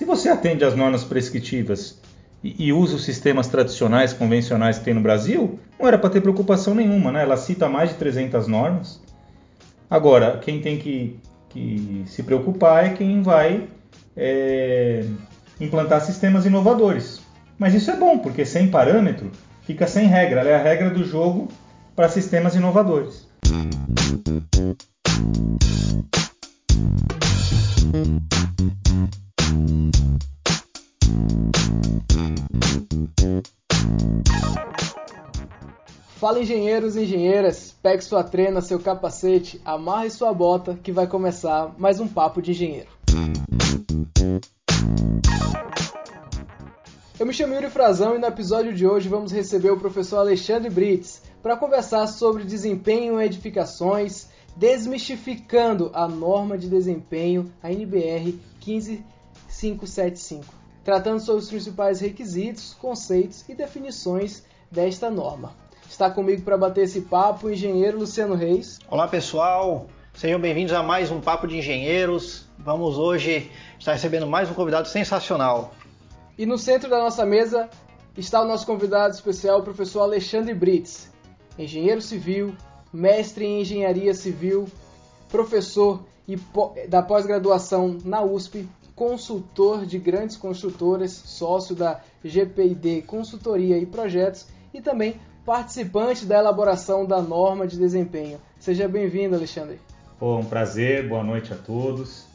você atende às normas prescritivas e usa os sistemas tradicionais, convencionais que tem no Brasil, não era para ter preocupação nenhuma, né? Ela cita mais de 300 normas. Agora, quem tem que se preocupar é quem vai implantar sistemas inovadores. Mas isso é bom, porque sem parâmetro fica sem regra. Ela é a regra do jogo para sistemas inovadores. Fala, engenheiros e engenheiras, pegue sua trena, seu capacete, amarre sua bota que vai começar mais um Papo de Engenheiro. Eu me chamo Yuri Frazão e no episódio de hoje vamos receber o professor Alexandre Brits para conversar sobre desempenho em edificações, desmistificando a norma de desempenho, a NBR 15575, tratando sobre os principais requisitos, conceitos e definições desta norma. Está comigo para bater esse papo o engenheiro Luciano Reis. Olá pessoal, sejam bem-vindos a mais um Papo de Engenheiros. Vamos hoje estar recebendo mais um convidado sensacional. E no centro da nossa mesa está o nosso convidado especial, o professor Alexandre Brits, engenheiro civil, mestre em engenharia civil, professor da pós-graduação na USP, consultor de grandes construtoras, sócio da GPID Consultoria e Projetos e também participante da elaboração da norma de desempenho. Seja bem-vindo, Alexandre. Um prazer, boa noite a todos.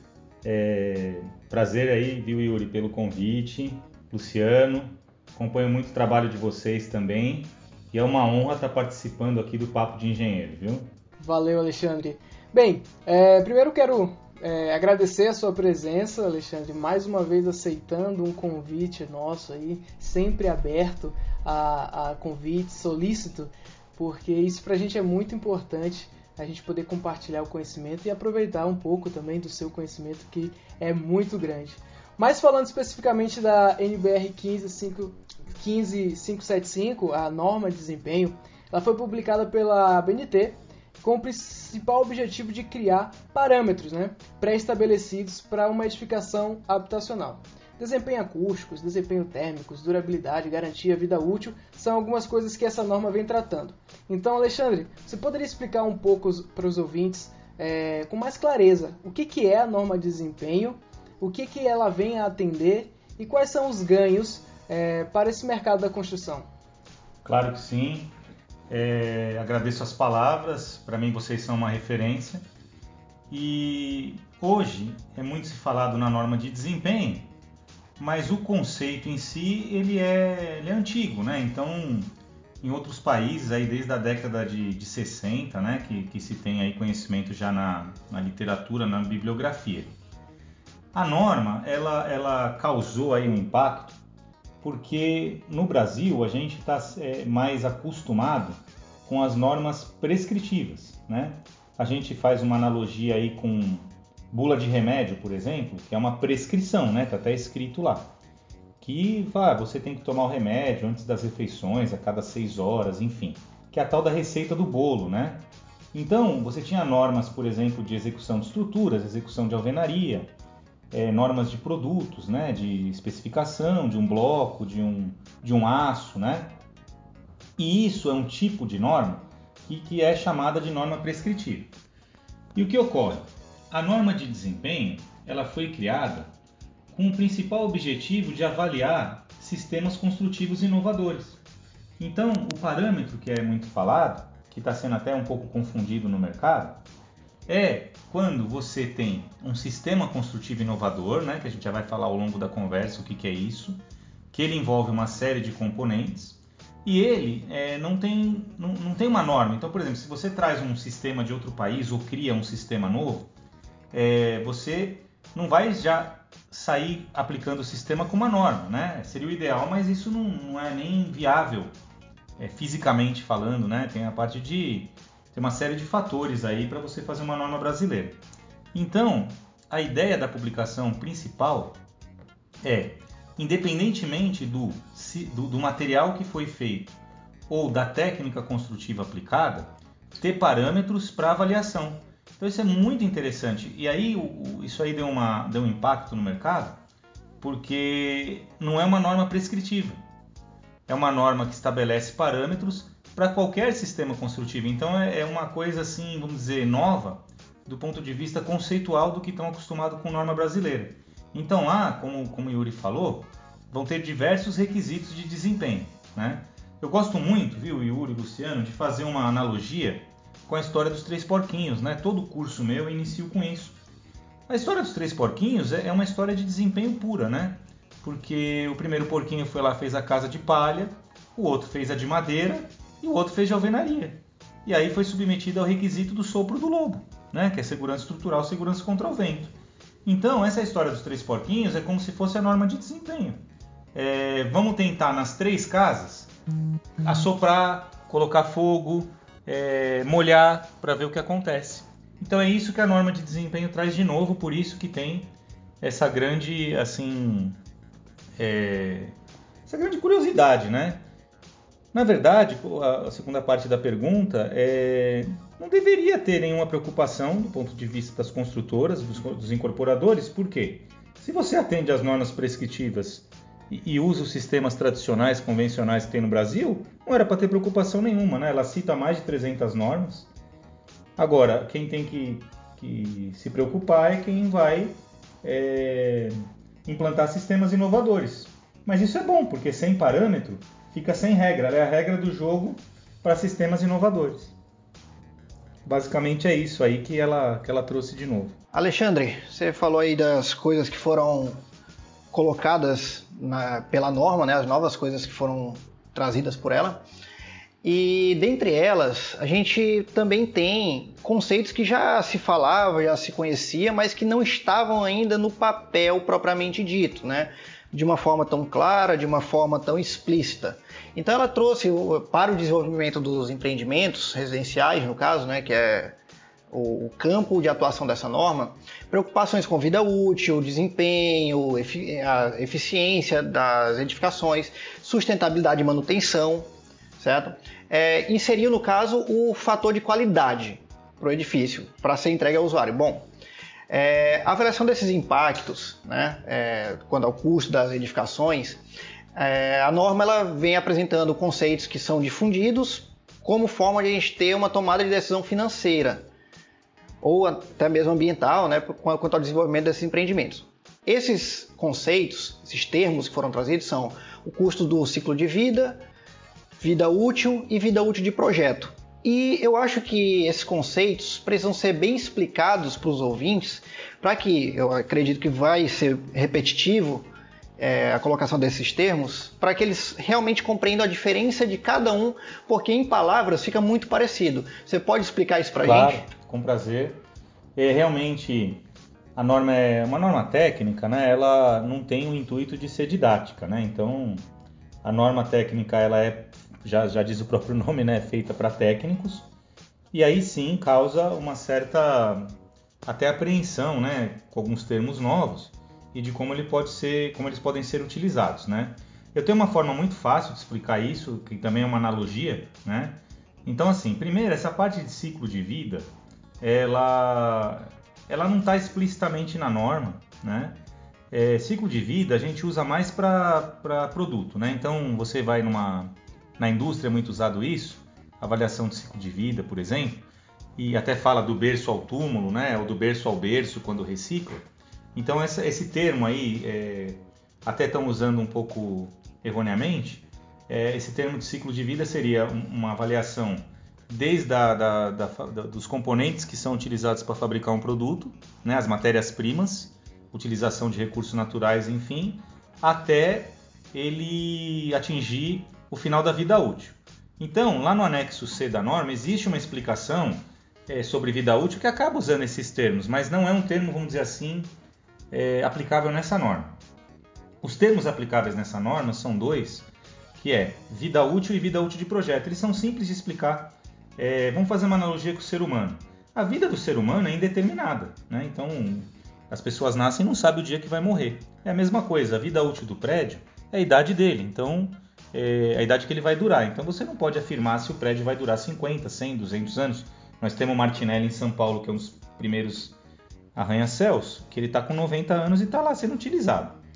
Prazer aí, viu, Yuri, pelo convite. Luciano, acompanho muito o trabalho de vocês também e é uma honra estar participando aqui do Papo de Engenheiro, viu? Valeu, Alexandre. Bem, primeiro quero agradecer a sua presença, Alexandre, mais uma vez aceitando um convite nosso aí, sempre aberto a convite, solícito, porque isso pra gente é muito importante, a gente poder compartilhar o conhecimento e aproveitar um pouco também do seu conhecimento, que é muito grande. Mas falando especificamente da NBR 15575, a norma de desempenho, ela foi publicada pela ABNT com o principal objetivo de criar parâmetros, pré-estabelecidos para uma edificação habitacional. Desempenho acústicos, desempenho térmicos, durabilidade, garantia, vida útil, são algumas coisas que essa norma vem tratando. Então, Alexandre, você poderia explicar um pouco para os ouvintes, com mais clareza, o que é a norma de desempenho, o que ela vem a atender e quais são os ganhos para esse mercado da construção? Claro que sim. Agradeço as palavras, para mim vocês são uma referência. E hoje é muito se falado na norma de desempenho, mas o conceito em si ele é antigo, né? Então, em outros países, aí desde a década de 60, né, que se tem aí conhecimento já na literatura, na bibliografia. A norma ela causou aí um impacto porque no Brasil a gente está mais acostumado com as normas prescritivas, né? A gente faz uma analogia aí com bula de remédio, por exemplo, que é uma prescrição, né? Tá até escrito lá, que você tem que tomar o remédio antes das refeições, a cada 6 horas, enfim, que é a tal da receita do bolo, né? Então, você tinha normas, por exemplo, de execução de estruturas, execução de alvenaria, normas de produtos, né? De especificação, de um bloco, de um aço, né? E isso é um tipo de norma que é chamada de norma prescritiva. E o que ocorre? A norma de desempenho ela foi criada com o principal objetivo de avaliar sistemas construtivos inovadores. Então, o parâmetro que é muito falado, que está sendo até um pouco confundido no mercado, é quando você tem um sistema construtivo inovador, né, que a gente já vai falar ao longo da conversa o que é isso, que ele envolve uma série de componentes e ele não tem uma norma. Então, por exemplo, se você traz um sistema de outro país ou cria um sistema novo, você não vai já sair aplicando o sistema com uma norma, né? Seria o ideal, mas isso não é nem viável fisicamente falando, né? Tem a parte tem uma série de fatores aí para você fazer uma norma brasileira. Então, a ideia da publicação principal independentemente do material que foi feito ou da técnica construtiva aplicada, ter parâmetros para avaliação. Então isso é muito interessante. E aí isso aí deu um impacto no mercado, porque não é uma norma prescritiva. É uma norma que estabelece parâmetros para qualquer sistema construtivo. Então é uma coisa assim, vamos dizer, nova do ponto de vista conceitual do que estão acostumados com norma brasileira. Então lá, como o Yuri falou, vão ter diversos requisitos de desempenho, né? Eu gosto muito, viu, Yuri e Luciano, de fazer uma analogia com a história dos três porquinhos, né? Todo curso meu eu inicio com isso. A história dos três porquinhos é uma história de desempenho pura, né? Porque o primeiro porquinho foi lá, fez a casa de palha, o outro fez a de madeira e o outro fez de alvenaria. E aí foi submetido ao requisito do sopro do lobo, né? Que é segurança estrutural, segurança contra o vento. Então, essa história dos três porquinhos é como se fosse a norma de desempenho. Vamos tentar nas três casas assoprar, colocar fogo, molhar para ver o que acontece. Então é isso que a norma de desempenho traz de novo, por isso que tem essa grande, assim, essa grande curiosidade, né? Na verdade, a segunda parte da pergunta não deveria ter nenhuma preocupação do ponto de vista das construtoras, dos incorporadores, por quê? Se você atende às normas prescritivas e usa os sistemas tradicionais, convencionais que tem no Brasil, não era para ter preocupação nenhuma, né? Ela cita mais de 300 normas. Agora, quem tem que se preocupar é quem vai implantar sistemas inovadores. Mas isso é bom, porque sem parâmetro fica sem regra. Ela é a regra do jogo para sistemas inovadores. Basicamente é isso aí que ela trouxe de novo. Alexandre, você falou aí das coisas que foram colocadas pela norma, né? As novas coisas que foram trazidas por ela. E dentre elas, a gente também tem conceitos que já se falava, já se conhecia, mas que não estavam ainda no papel propriamente dito, né? De uma forma tão clara, de uma forma tão explícita. Então ela trouxe para o desenvolvimento dos empreendimentos residenciais, no caso, né, que é o campo de atuação dessa norma, preocupações com vida útil, desempenho, a eficiência das edificações, sustentabilidade e manutenção, certo? Inseriu, no caso, o fator de qualidade para o edifício, para ser entregue ao usuário. Bom, a avaliação desses impactos, né, quanto ao custo das edificações, a norma ela vem apresentando conceitos que são difundidos como forma de a gente ter uma tomada de decisão financeira ou até mesmo ambiental, né, quanto ao desenvolvimento desses empreendimentos. Esses conceitos, esses termos que foram trazidos são o custo do ciclo de vida, vida útil e vida útil de projeto. E eu acho que esses conceitos precisam ser bem explicados para os ouvintes, para que, eu acredito que vai ser repetitivo a colocação desses termos, para que eles realmente compreendam a diferença de cada um, porque em palavras fica muito parecido. Você pode explicar isso para a gente? Claro, com prazer. Realmente, a norma é uma norma técnica, né? Ela não tem o intuito de ser didática, né? Então, a norma técnica, ela já diz o próprio nome, né? Feita para técnicos. E aí sim causa uma certa até apreensão, né? Com alguns termos novos e de como eles podem ser utilizados, né? Eu tenho uma forma muito fácil de explicar isso, que também é uma analogia, né? Então, assim, primeiro, essa parte de ciclo de vida, ela não está explicitamente na norma, né? Ciclo de vida a gente usa mais para produto, né? Então, você vai na indústria é muito usado isso, avaliação de ciclo de vida, por exemplo, e até fala do berço ao túmulo, né? Ou do berço ao berço quando recicla. Então, esse termo aí, até estão usando um pouco erroneamente, esse termo de ciclo de vida seria uma avaliação desde dos componentes que são utilizados para fabricar um produto, né, as matérias-primas, utilização de recursos naturais, enfim, até ele atingir o final da vida útil. Então, lá no anexo C da norma, existe uma explicação sobre vida útil que acaba usando esses termos, mas não é um termo, vamos dizer assim, aplicável nessa norma. Os termos aplicáveis nessa norma são dois, que é vida útil e vida útil de projeto. Eles são simples de explicar. Vamos fazer uma analogia com o ser humano. A vida do ser humano é indeterminada, né? Então, as pessoas nascem e não sabem o dia que vai morrer. É a mesma coisa, a vida útil do prédio é a idade dele, então a idade que ele vai durar. Então, você não pode afirmar se o prédio vai durar 50, 100, 200 anos. Nós temos o Martinelli em São Paulo, que é um dos primeiros arranha-céus, que ele está com 90 anos e está lá sendo utilizado.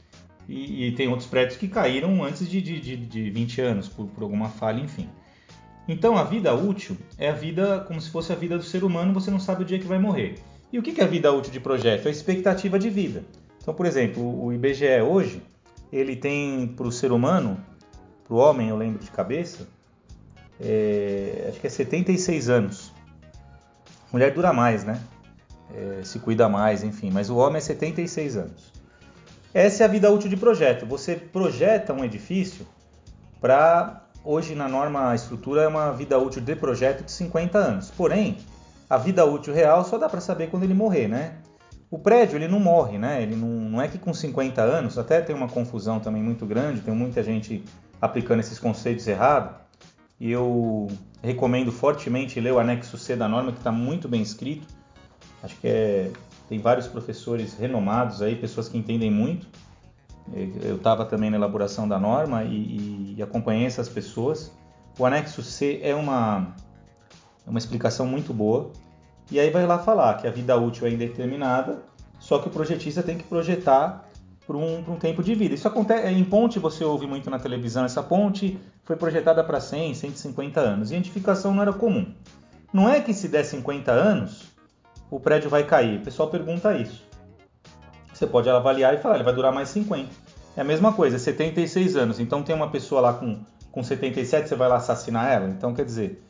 e tem outros prédios que caíram antes de 20 anos, por alguma falha, enfim. Então a vida útil é a vida como se fosse a vida do ser humano, você não sabe o dia que vai morrer. E o que é a vida útil de projeto? É a expectativa de vida. Então, por exemplo, o IBGE hoje, ele tem para o ser humano, para o homem, eu lembro de cabeça, acho que é 76 anos. A mulher dura mais, né? Se cuida mais, enfim, mas o homem é 76 anos. Essa é a vida útil de projeto. Você projeta um edifício para... Hoje, na norma, a estrutura é uma vida útil de projeto de 50 anos. Porém, a vida útil real só dá para saber quando ele morrer, né? O prédio, ele não morre, né? Ele não é que com 50 anos, até tem uma confusão também muito grande, tem muita gente aplicando esses conceitos errados. E eu recomendo fortemente ler o anexo C da norma, que está muito bem escrito. Acho que tem vários professores renomados aí, pessoas que entendem muito. Eu estava também na elaboração da norma e acompanhei essas pessoas. O anexo C é uma explicação muito boa. E aí vai lá falar que a vida útil é indeterminada, só que o projetista tem que projetar por um tempo de vida. Isso acontece em ponte, você ouve muito na televisão, essa ponte foi projetada para 100, 150 anos. E a edificação não era comum. Não é que se der 50 anos, o prédio vai cair. O pessoal pergunta isso. Você pode avaliar e falar, ele vai durar mais 50. É a mesma coisa, 76 anos. Então tem uma pessoa lá com 77, você vai lá assassinar ela? Então, quer dizer,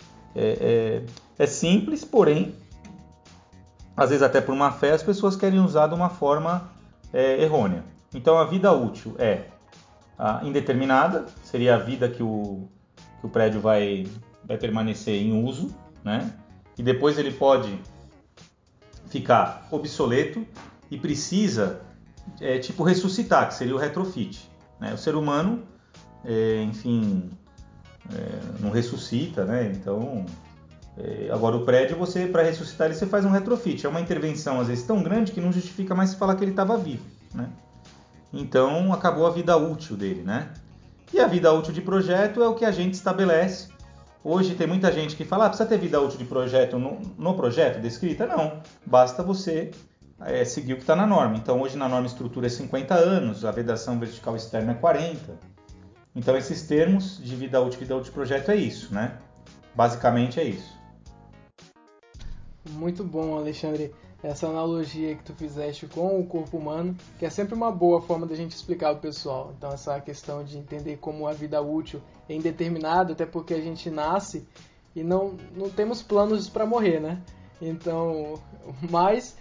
é simples, porém, às vezes até por má fé, as pessoas querem usar de uma forma errônea. Então a vida útil é indeterminada, seria a vida que o prédio vai permanecer em uso, né? E depois ele pode ficar obsoleto e precisa tipo ressuscitar, que seria o retrofit, né? O ser humano, enfim, não ressuscita, né? Então, agora o prédio, você para ressuscitar ele, você faz um retrofit. É uma intervenção às vezes tão grande que não justifica mais se falar que ele estava vivo, né? Então acabou a vida útil dele, né? E a vida útil de projeto é o que a gente estabelece. Hoje tem muita gente que fala, precisa ter vida útil de projeto no projeto descrita? Não, basta você seguir o que está na norma. Então hoje na norma estrutura é 50 anos, a vedação vertical externa é 40. Então esses termos de vida útil de projeto é isso, né? Basicamente é isso. Muito bom, Alexandre, essa analogia que tu fizeste com o corpo humano, que é sempre uma boa forma da gente explicar ao pessoal. Então essa questão de entender como a vida útil é indeterminada, até porque a gente nasce e não temos planos para morrer, né? Então, mas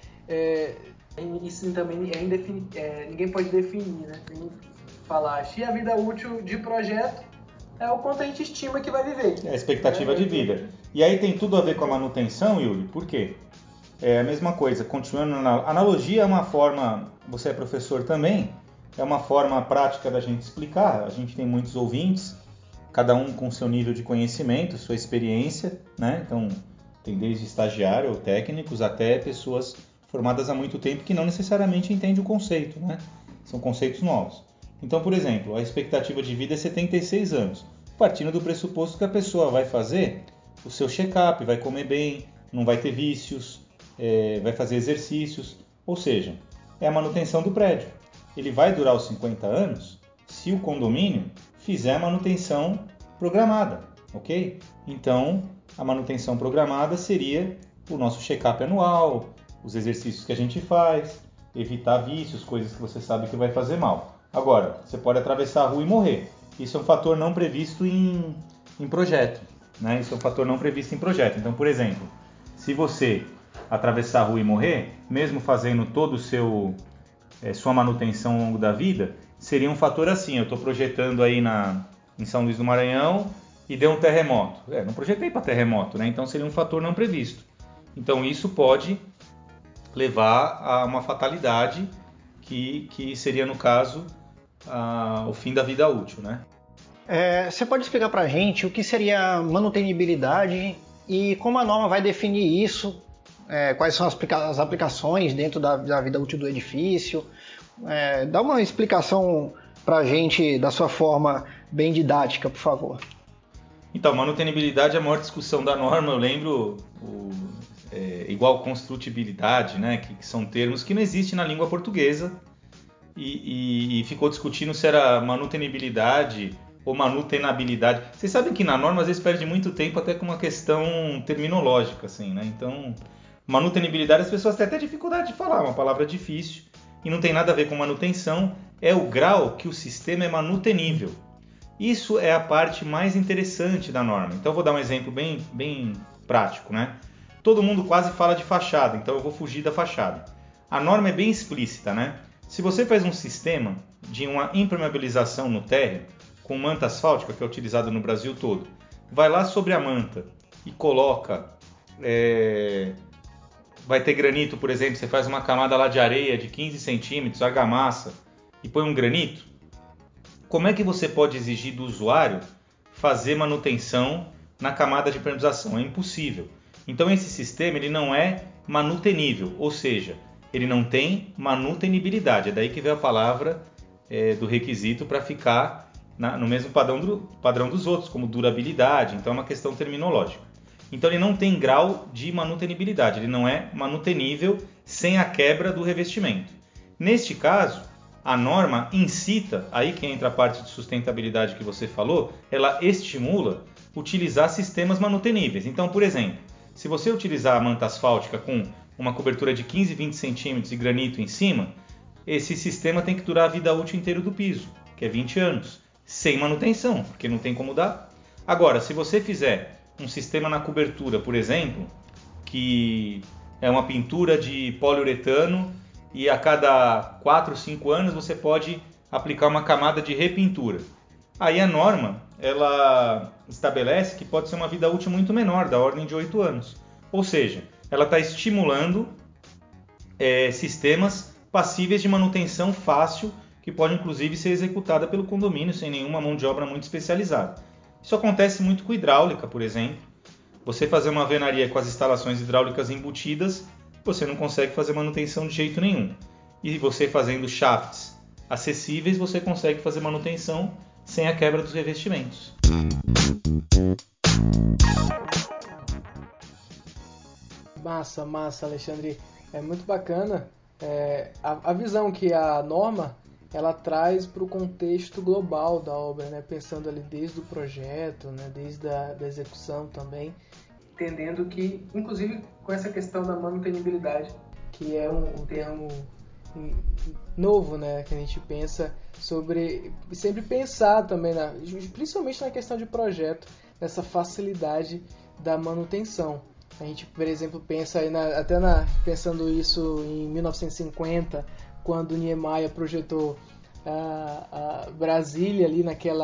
isso também ninguém pode definir, né? Tem falar, se a vida útil de projeto é o quanto a gente estima que vai viver. É a expectativa de vida. E aí tem tudo a ver com a manutenção, Yuri, por quê? É a mesma coisa, continuando na analogia, é uma forma, você é professor também, é uma forma prática da gente explicar. A gente tem muitos ouvintes, cada um com seu nível de conhecimento, sua experiência, né? Então, tem desde estagiário ou técnicos até pessoas formadas há muito tempo que não necessariamente entendem o conceito, né? São conceitos novos. Então, por exemplo, a expectativa de vida é 76 anos, partindo do pressuposto que a pessoa vai fazer o seu check-up, vai comer bem, não vai ter vícios, vai fazer exercícios, ou seja, é a manutenção do prédio. Ele vai durar os 50 anos se o condomínio fizer a manutenção programada, ok? Então, a manutenção programada seria o nosso check-up anual, os exercícios que a gente faz, evitar vícios, coisas que você sabe que vai fazer mal. Agora, você pode atravessar a rua e morrer. Isso é um fator não previsto em projeto, né? Isso é um fator não previsto em projeto. Então, por exemplo, se você atravessar a rua e morrer, mesmo fazendo todo o sua manutenção ao longo da vida, seria um fator assim. Eu estou projetando aí em São Luís do Maranhão e deu um terremoto. Não projetei para terremoto, né? Então seria um fator não previsto. Então isso pode levar a uma fatalidade que seria, no caso, o fim da vida útil, né? Você pode explicar para a gente o que seria manutenibilidade e como a norma vai definir isso? Quais são as aplicações dentro da vida útil do edifício? Dá uma explicação para a gente da sua forma bem didática, por favor. Então, manutenibilidade é a maior discussão da norma. Eu lembro igual construtibilidade, né? Que são termos que não existem na língua portuguesa e ficou discutindo se era manutenibilidade ou manutenabilidade. Vocês sabem que na norma às vezes perde muito tempo até com uma questão terminológica, assim, né? Então, manutenibilidade as pessoas têm até dificuldade de falar, uma palavra difícil e não tem nada a ver com manutenção, é o grau que o sistema é manutenível. Isso é a parte mais interessante da norma. Então, eu vou dar um exemplo bem prático, né? Todo mundo quase fala de fachada, então eu vou fugir da fachada. A norma é bem explícita, né? Se você faz um sistema de uma impermeabilização no térreo, com manta asfáltica, que é utilizado no Brasil todo, vai lá sobre a manta e coloca... vai ter granito, por exemplo, você faz uma camada lá de areia de 15 centímetros, argamassa, e põe um granito. Como é que você pode exigir do usuário fazer manutenção na camada de impermeabilização? É impossível. Então esse sistema ele não é manutenível, ou seja, ele não tem manutenibilidade. É daí que vem a palavra do requisito para ficar no mesmo padrão dos outros, como durabilidade. Então é uma questão terminológica. Então ele não tem grau de manutenibilidade, ele não é manutenível sem a quebra do revestimento. Neste caso, a norma incita, aí que entra a parte de sustentabilidade que você falou, ela estimula utilizar sistemas manuteníveis. Então, por exemplo, se você utilizar a manta asfáltica com uma cobertura de 15, 20 centímetros e granito em cima, esse sistema tem que durar a vida útil inteira do piso, que é 20 anos, sem manutenção, porque não tem como dar. Agora, se você fizer um sistema na cobertura, por exemplo, que é uma pintura de poliuretano e a cada 4 ou 5 anos você pode aplicar uma camada de repintura. Aí a norma ela estabelece que pode ser uma vida útil muito menor, da ordem de 8 anos. Ou seja, ela está estimulando sistemas passíveis de manutenção fácil, que pode inclusive ser executada pelo condomínio sem nenhuma mão de obra muito especializada. Isso acontece muito com hidráulica, por exemplo. Você fazer uma alvenaria com as instalações hidráulicas embutidas, você não consegue fazer manutenção de jeito nenhum. E você fazendo shafts acessíveis, você consegue fazer manutenção sem a quebra dos revestimentos. Massa, Alexandre. É muito bacana a visão que a norma ela traz para o contexto global da obra, né? Pensando ali desde o projeto, né? Desde a da execução também, entendendo que, inclusive com essa questão da manutenibilidade, que é um termo novo, né? Que a gente pensa sobre, sempre pensar também, principalmente na questão de projeto, nessa facilidade da manutenção. A gente, por exemplo, pensa aí pensando isso em 1950, quando Niemeyer projetou a Brasília ali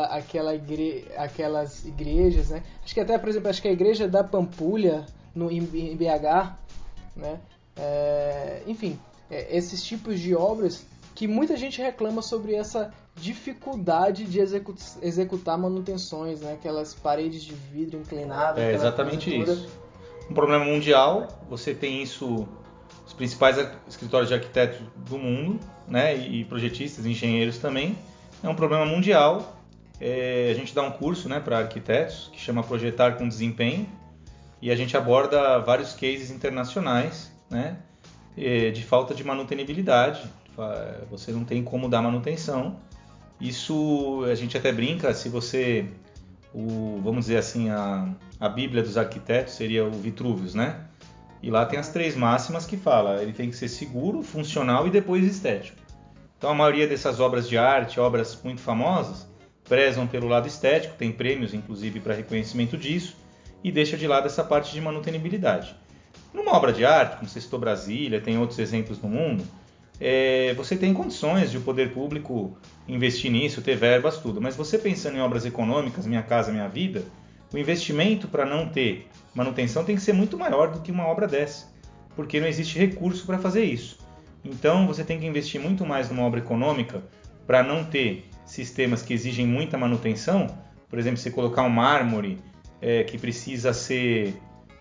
aquelas igrejas, né? Acho que até, por exemplo, a igreja da Pampulha em BH, né? Enfim, esses tipos de obras que muita gente reclama sobre essa dificuldade de executar manutenções, né? Aquelas paredes de vidro inclinadas. É exatamente isso. Um problema mundial, você tem isso, os principais escritórios de arquitetos do mundo, né, e projetistas, engenheiros também, é um problema mundial. A gente dá um curso, né, para arquitetos que chama Projetar com Desempenho e a gente aborda vários cases internacionais, né, de falta de manutenibilidade. Você não tem como dar manutenção. Isso a gente até brinca, se você... vamos dizer assim, a Bíblia dos arquitetos seria o Vitruvius, né? E lá tem as 3 máximas que fala, ele tem que ser seguro, funcional e depois estético. Então a maioria dessas obras de arte, obras muito famosas, prezam pelo lado estético, tem prêmios inclusive para reconhecimento disso, e deixa de lado essa parte de manutenibilidade. Numa obra de arte, como você citou Brasília, tem outros exemplos no mundo, você tem condições de o poder público investir nisso, ter verbas, tudo. Mas você pensando em obras econômicas, Minha Casa Minha Vida, o investimento para não ter manutenção tem que ser muito maior do que uma obra dessa, porque não existe recurso para fazer isso. Então você tem que investir muito mais numa obra econômica para não ter sistemas que exigem muita manutenção. Por exemplo, você colocar um mármore que precisa ser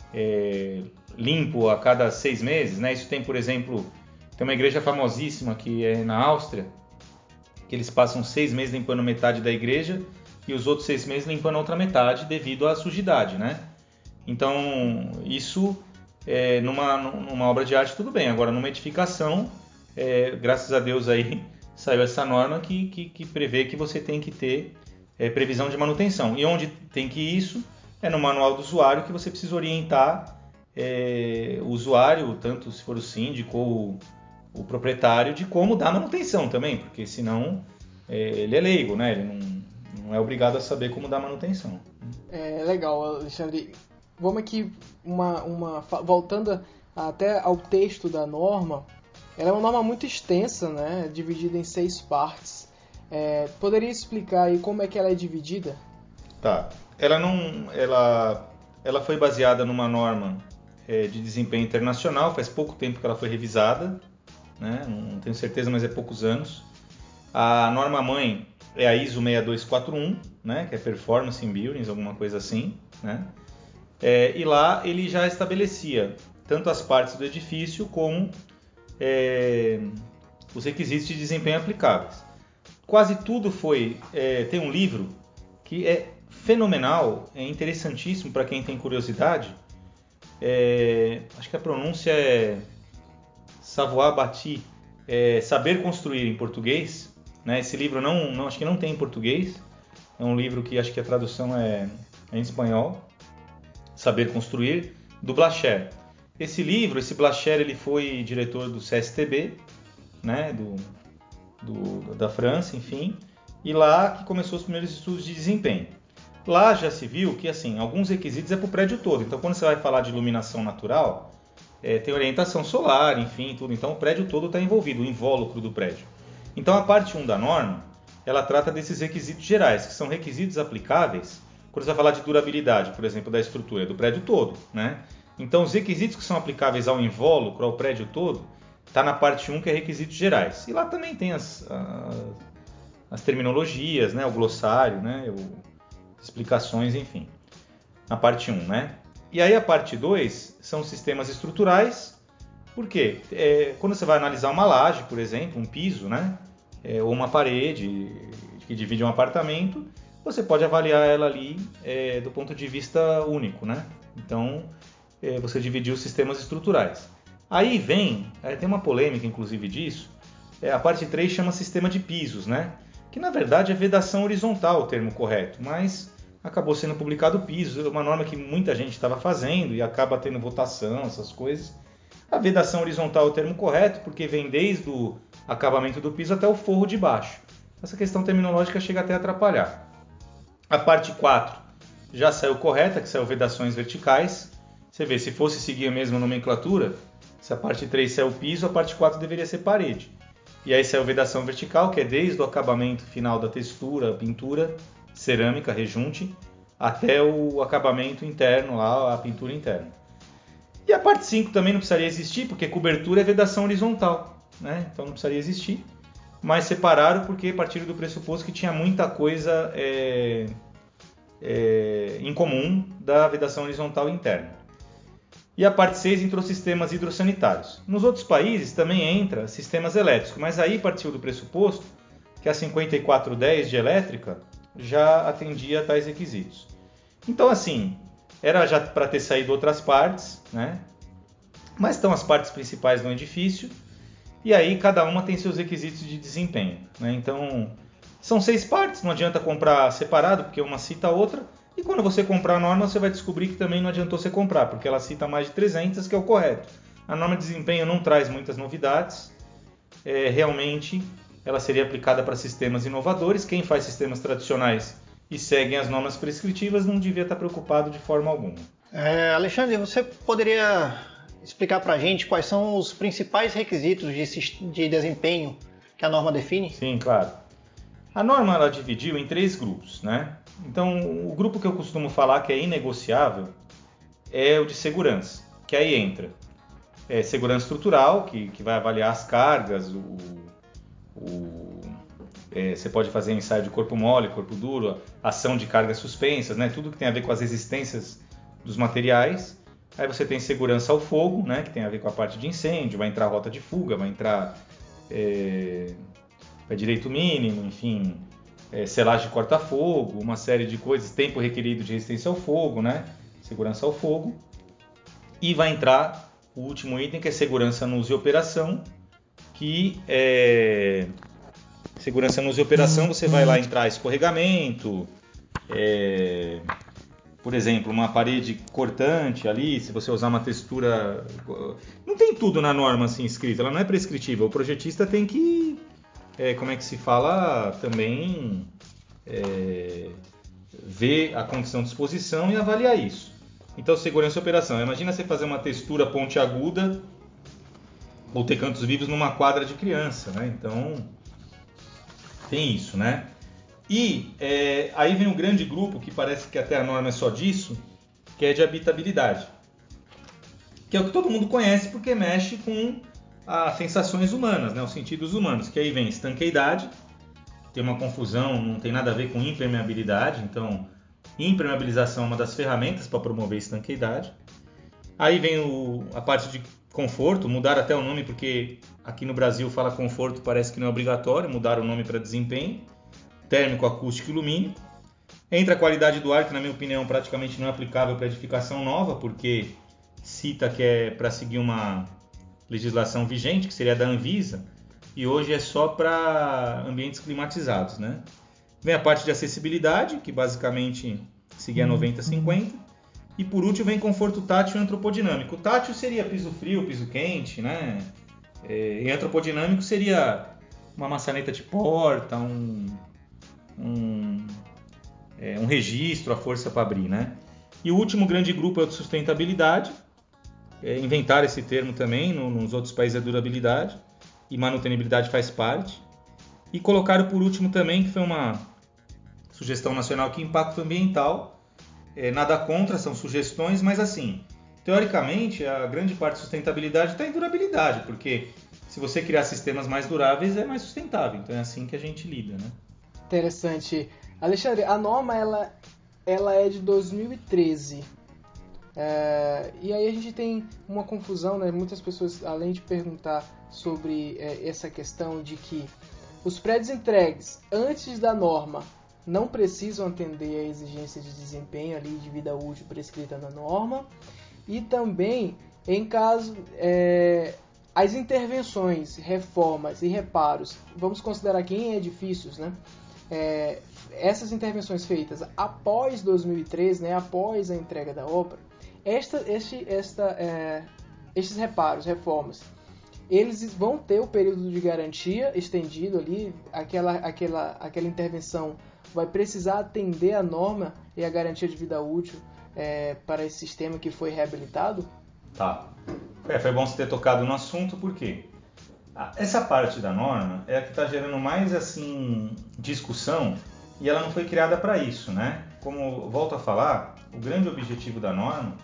limpo a cada 6 meses, né? Isso tem, por exemplo, tem uma igreja famosíssima que é na Áustria, que eles passam 6 meses limpando metade da igreja e os outros 6 meses limpando a outra metade devido à sujidade, né? Então, isso numa obra de arte tudo bem. Agora, numa edificação, graças a Deus aí saiu essa norma que prevê que você tem que ter previsão de manutenção. E onde tem que ir isso é no manual do usuário, que você precisa orientar o usuário, tanto se for o síndico ou o proprietário, de como dar manutenção também, porque senão ele é leigo, né? Ele não é obrigado a saber como dar manutenção. É legal, Alexandre. Vamos aqui, voltando até ao texto da norma. Ela é uma norma muito extensa, né? Dividida em 6 partes. Poderia explicar aí como é que ela é dividida? Tá. Ela foi baseada numa norma de desempenho internacional. Faz pouco tempo que ela foi revisada, né? Não tenho certeza, mas é poucos anos. A norma mãe é a ISO 6241, né? Que é Performance in Buildings, alguma coisa assim, né? E lá ele já estabelecia tanto as partes do edifício como os requisitos de desempenho aplicáveis. Quase tudo foi... tem um livro que é fenomenal, é interessantíssimo para quem tem curiosidade. Acho que a pronúncia é Savoir-Bâtir, Saber Construir em português. Né? Esse livro acho que não tem em português. É um livro que acho que a tradução é em espanhol. Saber Construir, do Blacher. Esse Blacher, ele foi diretor do CSTB, né? Da França, enfim. E lá que começou os primeiros estudos de desempenho. Lá já se viu que assim, alguns requisitos é para o prédio todo. Então, quando você vai falar de iluminação natural, tem orientação solar, enfim, tudo. Então, o prédio todo está envolvido, o invólucro do prédio. Então, a parte 1 da norma, ela trata desses requisitos gerais, que são requisitos aplicáveis quando você vai falar de durabilidade, por exemplo, da estrutura do prédio todo, né? Então, os requisitos que são aplicáveis ao invólucro, ao prédio todo, está na parte 1, que é requisitos gerais. E lá também tem as terminologias, né? O glossário, né? Explicações, enfim, na parte 1, né? E aí a parte 2 são sistemas estruturais. Por quê? Quando você vai analisar uma laje, por exemplo, um piso, né? Ou uma parede que divide um apartamento, você pode avaliar ela ali do ponto de vista único, né? Então, você dividiu os sistemas estruturais. Aí tem uma polêmica inclusive disso, a parte 3 chama sistema de pisos, né? Que na verdade é vedação horizontal o termo correto, mas acabou sendo publicado piso, uma norma que muita gente estava fazendo e acaba tendo votação, essas coisas. A vedação horizontal é o termo correto, porque vem desde o acabamento do piso até o forro de baixo. Essa questão terminológica chega até a atrapalhar. A parte 4 já saiu correta, que saiu vedações verticais. Você vê, se fosse seguir a mesma nomenclatura, se a parte 3 saiu piso, a parte 4 deveria ser parede. E aí saiu vedação vertical, que é desde o acabamento final da textura, a pintura, cerâmica, rejunte, até o acabamento interno, lá, a pintura interna. E a parte 5 também não precisaria existir, porque cobertura é vedação horizontal, né? Então não precisaria existir. Mas separaram porque partiram do pressuposto que tinha muita coisa em comum da vedação horizontal interna. E a parte 6 entrou sistemas hidrossanitários. Nos outros países também entra sistemas elétricos, mas aí partiu do pressuposto que a 5410 de elétrica já atendia a tais requisitos. Então, assim, era já para ter saído outras partes, né? Mas estão as partes principais do edifício, e aí cada uma tem seus requisitos de desempenho, né? Então, são 6 partes, não adianta comprar separado, porque uma cita a outra, e quando você comprar a norma, você vai descobrir que também não adiantou você comprar, porque ela cita mais de 300, que é o correto. A norma de desempenho não traz muitas novidades, realmente ela seria aplicada para sistemas inovadores. Quem faz sistemas tradicionais e seguem as normas prescritivas não devia estar preocupado de forma alguma. Alexandre, você poderia explicar para a gente quais são os principais requisitos de desempenho que a norma define? Sim, claro. A norma ela dividiu em 3 grupos, né? Então, o grupo que eu costumo falar que é inegociável é o de segurança, que aí entra segurança estrutural, que vai avaliar as cargas, você pode fazer ensaio de corpo mole, corpo duro, ação de cargas suspensas, né? Tudo que tem a ver com as resistências dos materiais. Aí você tem segurança ao fogo, né? Que tem a ver com a parte de incêndio, vai entrar rota de fuga, vai entrar direito mínimo, enfim, selagem de corta-fogo, uma série de coisas, tempo requerido de resistência ao fogo, né? Segurança ao fogo. E vai entrar o último item, que é segurança no uso e operação, que segurança no uso e operação, você vai lá entrar escorregamento, por exemplo, uma parede cortante ali, se você usar uma textura... Não tem tudo na norma assim escrito, ela não é prescritiva. O projetista tem que, como é que se fala, também ver a condição de exposição e avaliar isso. Então, segurança e operação. Imagina você fazer uma textura pontiaguda ou ter cantos vivos numa quadra de criança, né? Então, tem isso, né? E aí vem um grande grupo, que parece que até a norma é só disso, que é de habitabilidade. Que é o que todo mundo conhece porque mexe com as sensações humanas, né? Os sentidos humanos. Que aí vem estanqueidade, tem uma confusão, não tem nada a ver com impermeabilidade. Então, impermeabilização é uma das ferramentas para promover estanqueidade. Aí vem a parte de conforto, mudaram até o nome porque aqui no Brasil fala conforto, parece que não é obrigatório, mudaram o nome para desempenho, térmico, acústico e lumínico. Entra a qualidade do ar, que na minha opinião praticamente não é aplicável para edificação nova, porque cita que é para seguir uma legislação vigente, que seria da Anvisa, e hoje é só para ambientes climatizados, né? Vem a parte de acessibilidade, que basicamente seguia 90-50. E por último vem conforto tátil e antropodinâmico. O tátil seria piso frio, piso quente, né? E antropodinâmico seria uma maçaneta de porta, um registro, a força para abrir, né? E o último grande grupo é o de sustentabilidade. Inventaram esse termo também, nos outros países é durabilidade. E manutenibilidade faz parte. E colocaram por último também, que foi uma sugestão nacional, que impacto ambiental. Nada contra, são sugestões, mas assim, teoricamente a grande parte de sustentabilidade está em durabilidade, porque se você criar sistemas mais duráveis é mais sustentável, então é assim que a gente lida, né? Interessante. Alexandre, a norma ela é de 2013. E aí a gente tem uma confusão, né? Muitas pessoas, além de perguntar sobre essa questão de que os prédios entregues antes da norma não precisam atender a exigência de desempenho ali de vida útil prescrita na norma, e também em caso as intervenções, reformas e reparos, vamos considerar aqui em edifícios, né? Essas intervenções feitas após 2013, né, após a entrega da obra, estes reparos, reformas, eles vão ter o período de garantia estendido ali, aquela intervenção vai precisar atender a norma e a garantia de vida útil para esse sistema que foi reabilitado? Tá. Foi bom você ter tocado no assunto, porque essa parte da norma é a que está gerando mais assim discussão, e ela não foi criada para isso, né? Como volto a falar, o grande objetivo da norma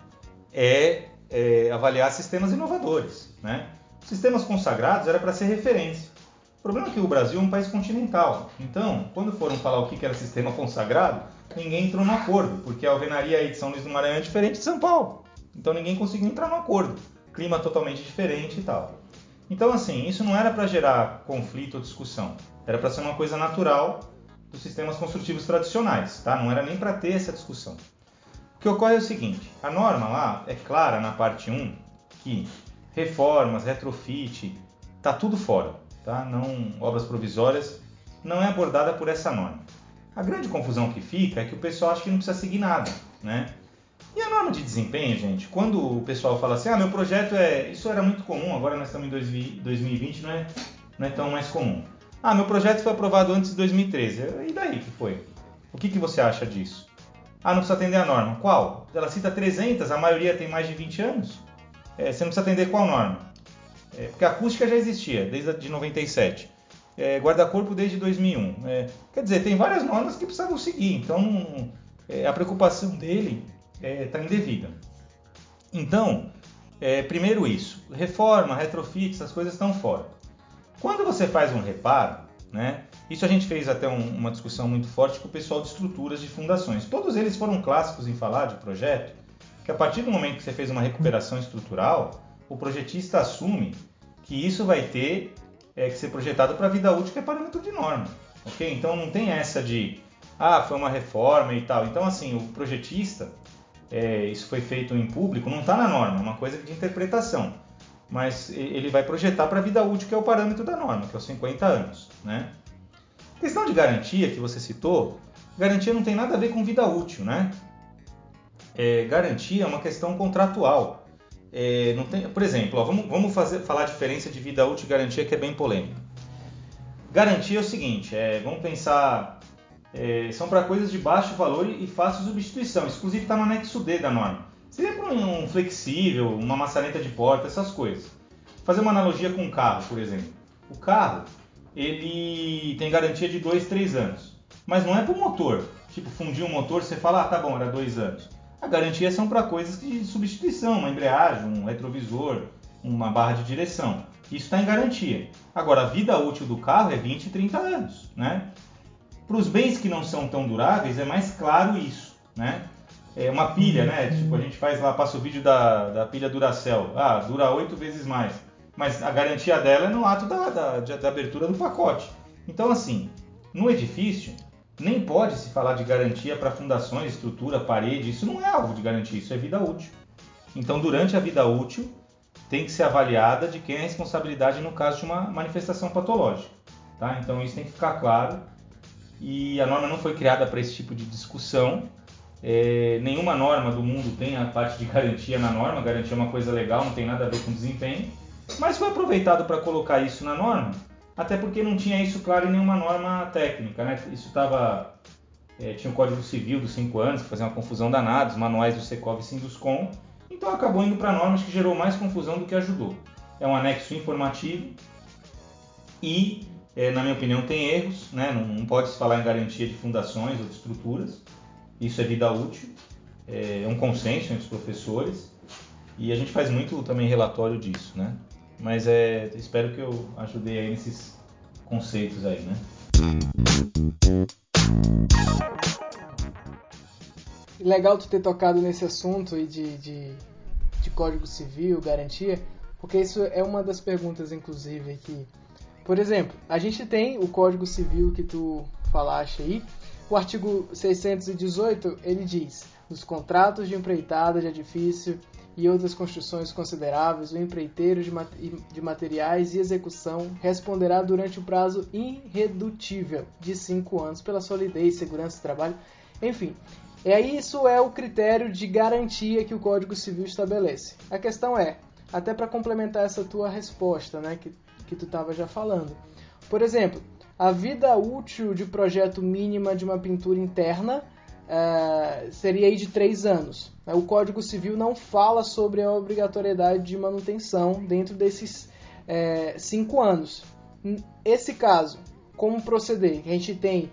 é avaliar sistemas inovadores, né? Sistemas consagrados era para ser referência. O problema é que o Brasil é um país continental. Então, quando foram falar o que era sistema consagrado, ninguém entrou no acordo, porque a alvenaria aí de São Luís do Maranhão é diferente de São Paulo. Então ninguém conseguiu entrar no acordo. Clima totalmente diferente e tal. Então, assim, isso não era para gerar conflito ou discussão. Era para ser uma coisa natural dos sistemas construtivos tradicionais, tá? Não era nem para ter essa discussão. O que ocorre é o seguinte, a norma lá é clara na parte 1 que reformas, retrofit, tá tudo fora. Tá? Não, obras provisórias não é abordada por essa norma. A grande confusão que fica é que o pessoal acha que não precisa seguir nada, né? E a norma de desempenho, gente, quando o pessoal fala assim, meu projeto isso era muito comum, agora nós estamos em 2020, não é tão mais comum. Meu projeto foi aprovado antes de 2013, e daí que foi? O que você acha disso? Não precisa atender a norma. Qual? Ela cita 300, a maioria tem mais de 20 anos. Você não precisa atender qual norma? Porque a acústica já existia, desde de 97. Guarda-corpo desde 2001. Quer dizer, tem várias normas que precisavam seguir, então a preocupação dele está indevida. Então, primeiro isso, reforma, retrofit, essas coisas estão fora. Quando você faz um reparo, né, isso a gente fez até uma discussão muito forte com o pessoal de estruturas de fundações. Todos eles foram clássicos em falar de projeto, que a partir do momento que você fez uma recuperação estrutural, o projetista assume que isso vai ter que ser projetado para vida útil, que é parâmetro de norma. Okay? Então não tem essa de, foi uma reforma e tal. Então assim, o projetista, isso foi feito em público, não está na norma, é uma coisa de interpretação. Mas ele vai projetar para vida útil, que é o parâmetro da norma, que é os 50 anos. Né? Questão de garantia que você citou, garantia não tem nada a ver com vida útil, né? Garantia é uma questão contratual. Não tem, por exemplo, vamos falar a diferença de vida útil e garantia, que é bem polêmica. Garantia é o seguinte, vamos pensar, são para coisas de baixo valor e fácil substituição, isso inclusive está no anexo D da norma. Seria para um flexível, uma maçaneta de porta, essas coisas. Vou fazer uma analogia com um carro, por exemplo. O carro, ele tem garantia de 2, 3 anos, mas não é para o motor. Tipo, fundir um motor, você fala, tá bom, era 2 anos. A garantia são para coisas de substituição, uma embreagem, um retrovisor, uma barra de direção. Isso está em garantia. Agora, a vida útil do carro é 20, 30 anos, né? Para os bens que não são tão duráveis, é mais claro isso, né? Uma pilha, né? Tipo, a gente faz lá, passa o vídeo da pilha Duracell. Dura 8 vezes mais. Mas a garantia dela é no ato da abertura do pacote. Então, assim, no edifício, nem pode se falar de garantia para fundações, estrutura, parede. Isso não é alvo de garantia, isso é vida útil. Então, durante a vida útil, tem que ser avaliada de quem é a responsabilidade no caso de uma manifestação patológica. Tá? Então, isso tem que ficar claro. E a norma não foi criada para esse tipo de discussão. Nenhuma norma do mundo tem a parte de garantia na norma. Garantia é uma coisa legal, não tem nada a ver com desempenho. Mas foi aproveitado para colocar isso na norma, até porque não tinha isso claro em nenhuma norma técnica, né? Isso estava... tinha o Código Civil dos 5 anos, que fazia uma confusão danada, os manuais do Secov e Sinduscom. Então acabou indo para normas que gerou mais confusão do que ajudou. É um anexo informativo e, na minha opinião, tem erros, né? Não pode se falar em garantia de fundações ou de estruturas. Isso é vida útil, é um consenso entre os professores e a gente faz muito também relatório disso, né? Mas espero que eu ajudei aí nesses conceitos aí, né? Legal tu ter tocado nesse assunto aí de Código Civil, garantia, porque isso é uma das perguntas, inclusive, aqui. Por exemplo, a gente tem o Código Civil que tu falaste aí. O artigo 618, ele diz: nos contratos de empreitada de edifício e outras construções consideráveis, o empreiteiro de materiais e execução responderá durante o prazo irredutível de 5 anos pela solidez, segurança do trabalho, enfim. E aí isso é o critério de garantia que o Código Civil estabelece. A questão é, até para complementar essa tua resposta, né, que tu estava já falando. Por exemplo, a vida útil de projeto mínima de uma pintura interna seria aí de 3 anos. O Código Civil não fala sobre a obrigatoriedade de manutenção dentro desses 5 anos. Esse caso, como proceder? A gente tem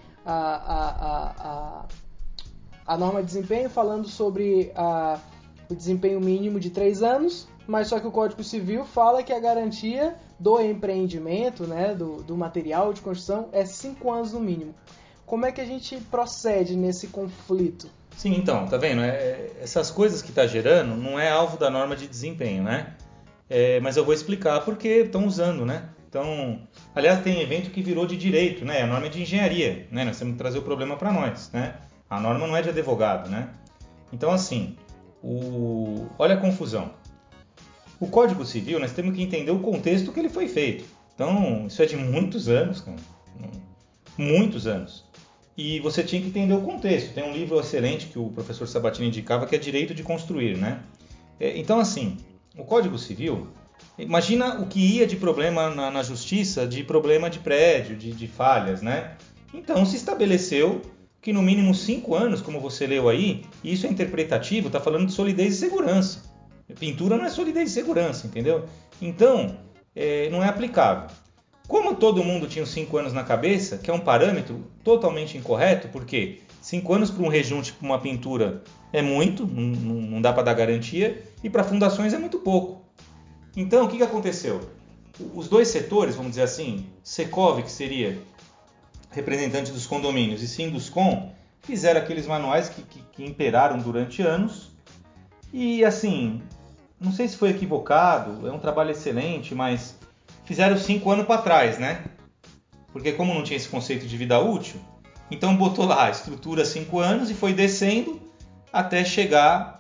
a norma de desempenho falando sobre o desempenho mínimo de 3 anos, mas só que o Código Civil fala que a garantia do empreendimento, né, do material de construção, é 5 anos no mínimo. Como é que a gente procede nesse conflito? Sim, então, tá vendo? Essas coisas que está gerando não é alvo da norma de desempenho, né? Mas eu vou explicar porque estão usando, né? Então, aliás, tem evento que virou de direito, né? A norma é de engenharia, né? Nós temos que trazer o problema para nós, né? A norma não é de advogado, né? Então, assim, olha a confusão. O Código Civil, nós temos que entender o contexto que ele foi feito. Então, isso é de muitos anos, cara. Muitos anos. E você tinha que entender o contexto. Tem um livro excelente que o professor Sabatini indicava, que é Direito de Construir, né? Então, assim, o Código Civil, imagina o que ia de problema na justiça, de problema de prédio, de falhas, né? Então, se estabeleceu que no mínimo 5 anos, como você leu aí, e isso é interpretativo, está falando de solidez e segurança. Pintura não é solidez e segurança, entendeu? Então, não é aplicável. Como todo mundo tinha os 5 anos na cabeça, que é um parâmetro totalmente incorreto, porque 5 anos para um rejunte, para uma pintura, é muito, não dá para dar garantia, e para fundações é muito pouco. Então, o que aconteceu? Os dois setores, vamos dizer assim, Secov, que seria representante dos condomínios, e Sinduscom, fizeram aqueles manuais que imperaram durante anos, e assim, não sei se foi equivocado, é um trabalho excelente, mas fizeram 5 anos para trás, né? Porque como não tinha esse conceito de vida útil, então botou lá a estrutura 5 anos e foi descendo até chegar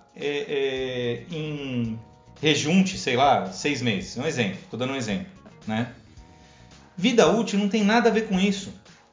em rejunte, sei lá, 6 meses. Um exemplo, estou dando um exemplo, né? Vida útil não tem nada a ver com isso.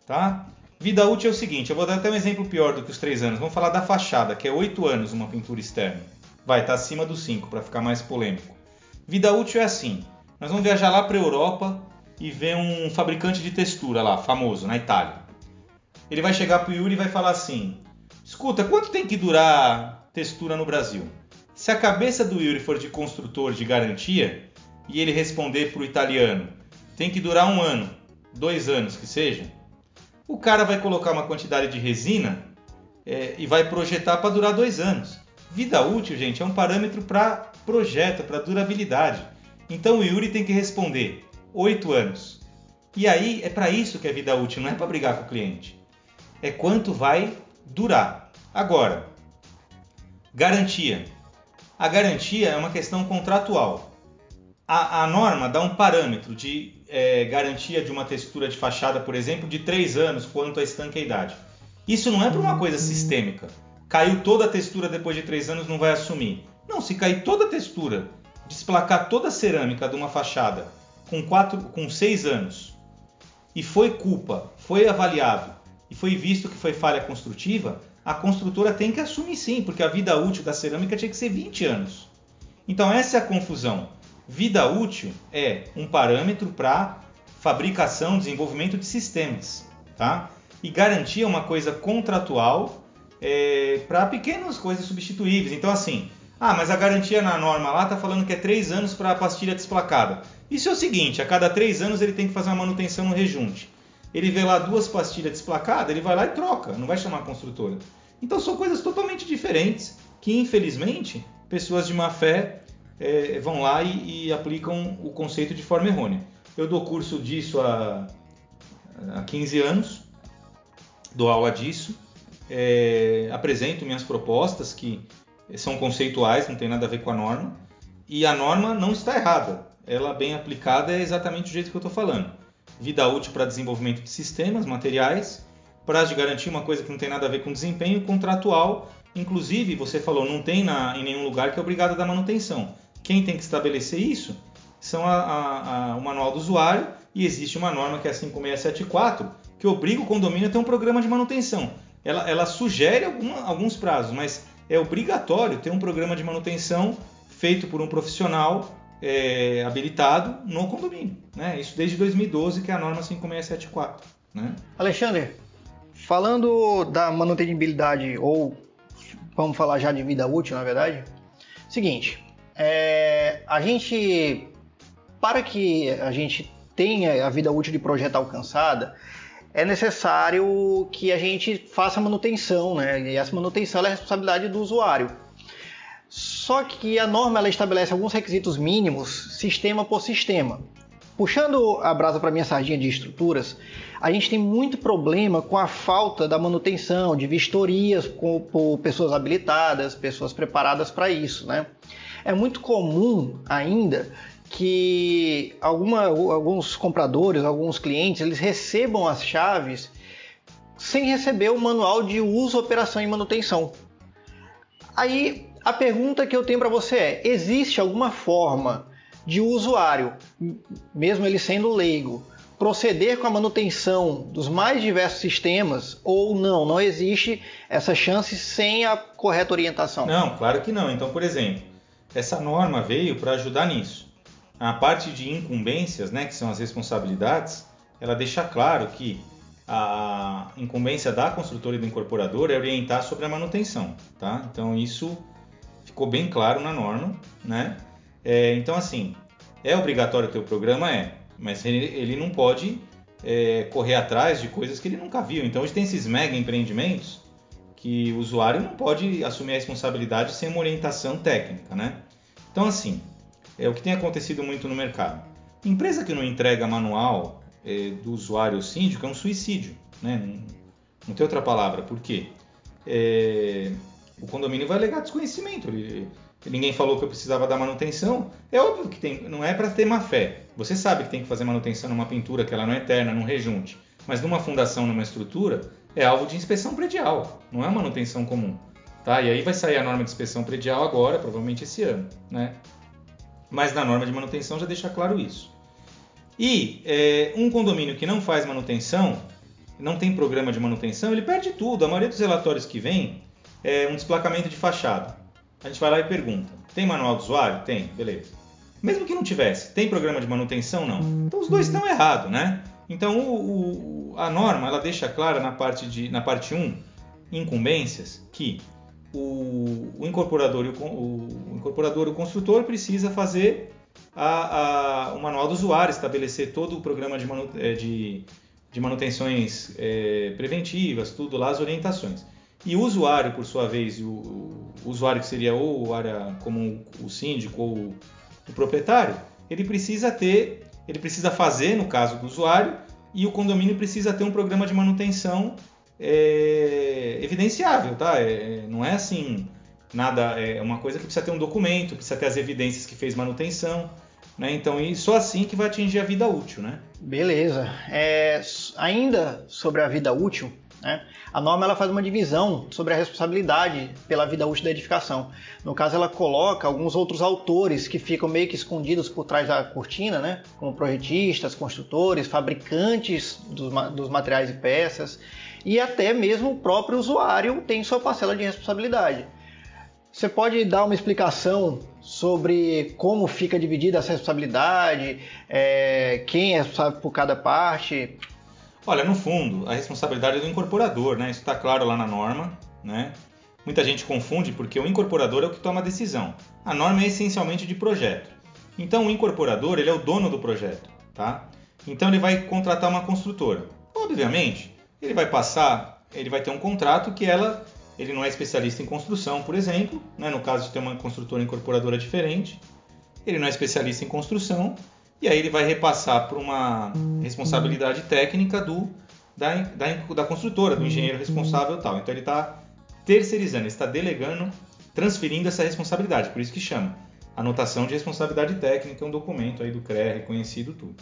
tá? Vida útil é o seguinte, eu vou dar até um exemplo pior do que os 3 anos. Vamos falar da fachada, que é 8 anos uma pintura externa. Vai, tá acima dos 5, para ficar mais polêmico. Vida útil é assim, nós vamos viajar lá para a Europa e ver um fabricante de textura lá, famoso, na Itália. Ele vai chegar pro Yuri e vai falar assim, escuta, quanto tem que durar textura no Brasil? Se a cabeça do Yuri for de construtor de garantia, e ele responder pro italiano, tem que durar 1 ano, 2 anos que seja, o cara vai colocar uma quantidade de resina e vai projetar para durar 2 anos. Vida útil, gente, é um parâmetro para projeto, para durabilidade. Então o Yuri tem que responder 8 anos. E aí é para isso que é vida útil, não é para brigar com o cliente. É quanto vai durar. Agora, garantia. A garantia é uma questão contratual. A norma dá um parâmetro de garantia de uma textura de fachada, por exemplo, de 3 anos quanto à estanqueidade. Isso não é para uma coisa sistêmica. Caiu toda a textura depois de 3 anos, não vai assumir. Não, se cair toda a textura, desplacar toda a cerâmica de uma fachada com 6 anos e foi culpa, foi avaliado e foi visto que foi falha construtiva, a construtora tem que assumir sim, porque a vida útil da cerâmica tinha que ser 20 anos. Então essa é a confusão. Vida útil é um parâmetro para fabricação, desenvolvimento de sistemas, tá? E garantia é uma coisa contratual para pequenas coisas substituíveis. Então assim, mas a garantia na norma lá está falando que é 3 anos para a pastilha desplacada. Isso é o seguinte, a cada 3 anos ele tem que fazer uma manutenção no rejunte. Ele vê lá 2 pastilhas desplacadas, ele vai lá e troca, não vai chamar a construtora. Então são coisas totalmente diferentes que, infelizmente, pessoas de má fé vão lá e aplicam o conceito de forma errônea. Eu dou curso disso há 15 anos, dou aula disso, apresento minhas propostas que são conceituais, não tem nada a ver com a norma, e a norma não está errada. Ela bem aplicada é exatamente o jeito que eu estou falando. Vida útil para desenvolvimento de sistemas, materiais, prazo de garantia, uma coisa que não tem nada a ver com desempenho, contratual, inclusive, você falou, não tem em nenhum lugar que é obrigado a dar manutenção. Quem tem que estabelecer isso são o manual do usuário, e existe uma norma que é a 5.674, que obriga o condomínio a ter um programa de manutenção. Ela sugere alguns prazos, mas é obrigatório ter um programa de manutenção feito por um profissional habilitado no condomínio, né? Isso desde 2012, que é a norma 5.674. Né? Alexandre, falando da manutenibilidade, ou vamos falar já de vida útil, na verdade, seguinte, para que a gente tenha a vida útil de projeto alcançada, é necessário que a gente faça manutenção, né? E essa manutenção é a responsabilidade do usuário. Só que a norma ela estabelece alguns requisitos mínimos, sistema por sistema. Puxando a brasa para minha sardinha de estruturas, a gente tem muito problema com a falta da manutenção, de vistorias por pessoas habilitadas, pessoas preparadas para isso, né? É muito comum ainda que alguns compradores, alguns clientes, eles recebam as chaves sem receber o manual de uso, operação e manutenção. Aí a pergunta que eu tenho para você é: existe alguma forma de o usuário, mesmo ele sendo leigo, proceder com a manutenção dos mais diversos sistemas ou não? Não existe essa chance sem a correta orientação? Não, claro que não. Então, por exemplo, essa norma veio para ajudar nisso. A parte de incumbências, né, que são as responsabilidades, ela deixa claro que a incumbência da construtora e do incorporador é orientar sobre a manutenção, tá? Então isso ficou bem claro na norma, né? Então assim, é obrigatório ter o programa? Mas ele não pode correr atrás de coisas que ele nunca viu. Então hoje tem esses mega empreendimentos que o usuário não pode assumir a responsabilidade sem uma orientação técnica, né? Então assim, é o que tem acontecido muito no mercado. Empresa que não entrega manual do usuário síndico é um suicídio, né? Não tem outra palavra. Por quê? O condomínio vai alegar desconhecimento. Ninguém falou que eu precisava da manutenção. É óbvio que não é para ter má fé. Você sabe que tem que fazer manutenção numa pintura que ela não é eterna, num rejunte. Mas numa fundação, numa estrutura, é alvo de inspeção predial. Não é manutenção comum. Tá? E aí vai sair a norma de inspeção predial agora, provavelmente esse ano, né? Mas na norma de manutenção já deixa claro isso. E um condomínio que não faz manutenção, não tem programa de manutenção, ele perde tudo. A maioria dos relatórios que vem é um desplacamento de fachada. A gente vai lá e pergunta, tem manual do usuário? Tem, beleza. Mesmo que não tivesse, tem programa de manutenção? Não. Então os dois estão errados, né? Então a norma ela deixa clara na parte 1, incumbências, que o incorporador e o construtor precisa fazer o manual do usuário, estabelecer todo o programa de manutenções preventivas, tudo lá, as orientações. E o usuário, por sua vez, o usuário que seria ou a área como o síndico ou o proprietário, ele precisa fazer, no caso do usuário, e o condomínio precisa ter um programa de manutenção evidenciável, tá? Não é assim, nada, é uma coisa que precisa ter um documento, precisa ter as evidências que fez manutenção, né? Então, só assim que vai atingir a vida útil, né? Beleza. Ainda sobre a vida útil, né? A norma ela faz uma divisão sobre a responsabilidade pela vida útil da edificação. No caso, ela coloca alguns outros autores que ficam meio que escondidos por trás da cortina, né? Como projetistas, construtores, fabricantes dos materiais e peças, e até mesmo o próprio usuário tem sua parcela de responsabilidade. Você pode dar uma explicação sobre como fica dividida essa responsabilidade, quem é responsável por cada parte? Olha, no fundo, a responsabilidade é do incorporador, né? Isso está claro lá na norma, né? Muita gente confunde porque o incorporador é o que toma a decisão. A norma é essencialmente de projeto. Então, o incorporador ele é o dono do projeto, tá? Então, ele vai contratar uma construtora. Obviamente, ele vai ter um contrato que ele não é especialista em construção, por exemplo, né? No caso de ter uma construtora incorporadora diferente, ele não é especialista em construção, e aí ele vai repassar por uma responsabilidade técnica da construtora, do engenheiro responsável e tal. Então ele está terceirizando, ele está delegando, transferindo essa responsabilidade. Por isso que chama anotação de responsabilidade técnica, um documento aí do CREA reconhecido, tudo.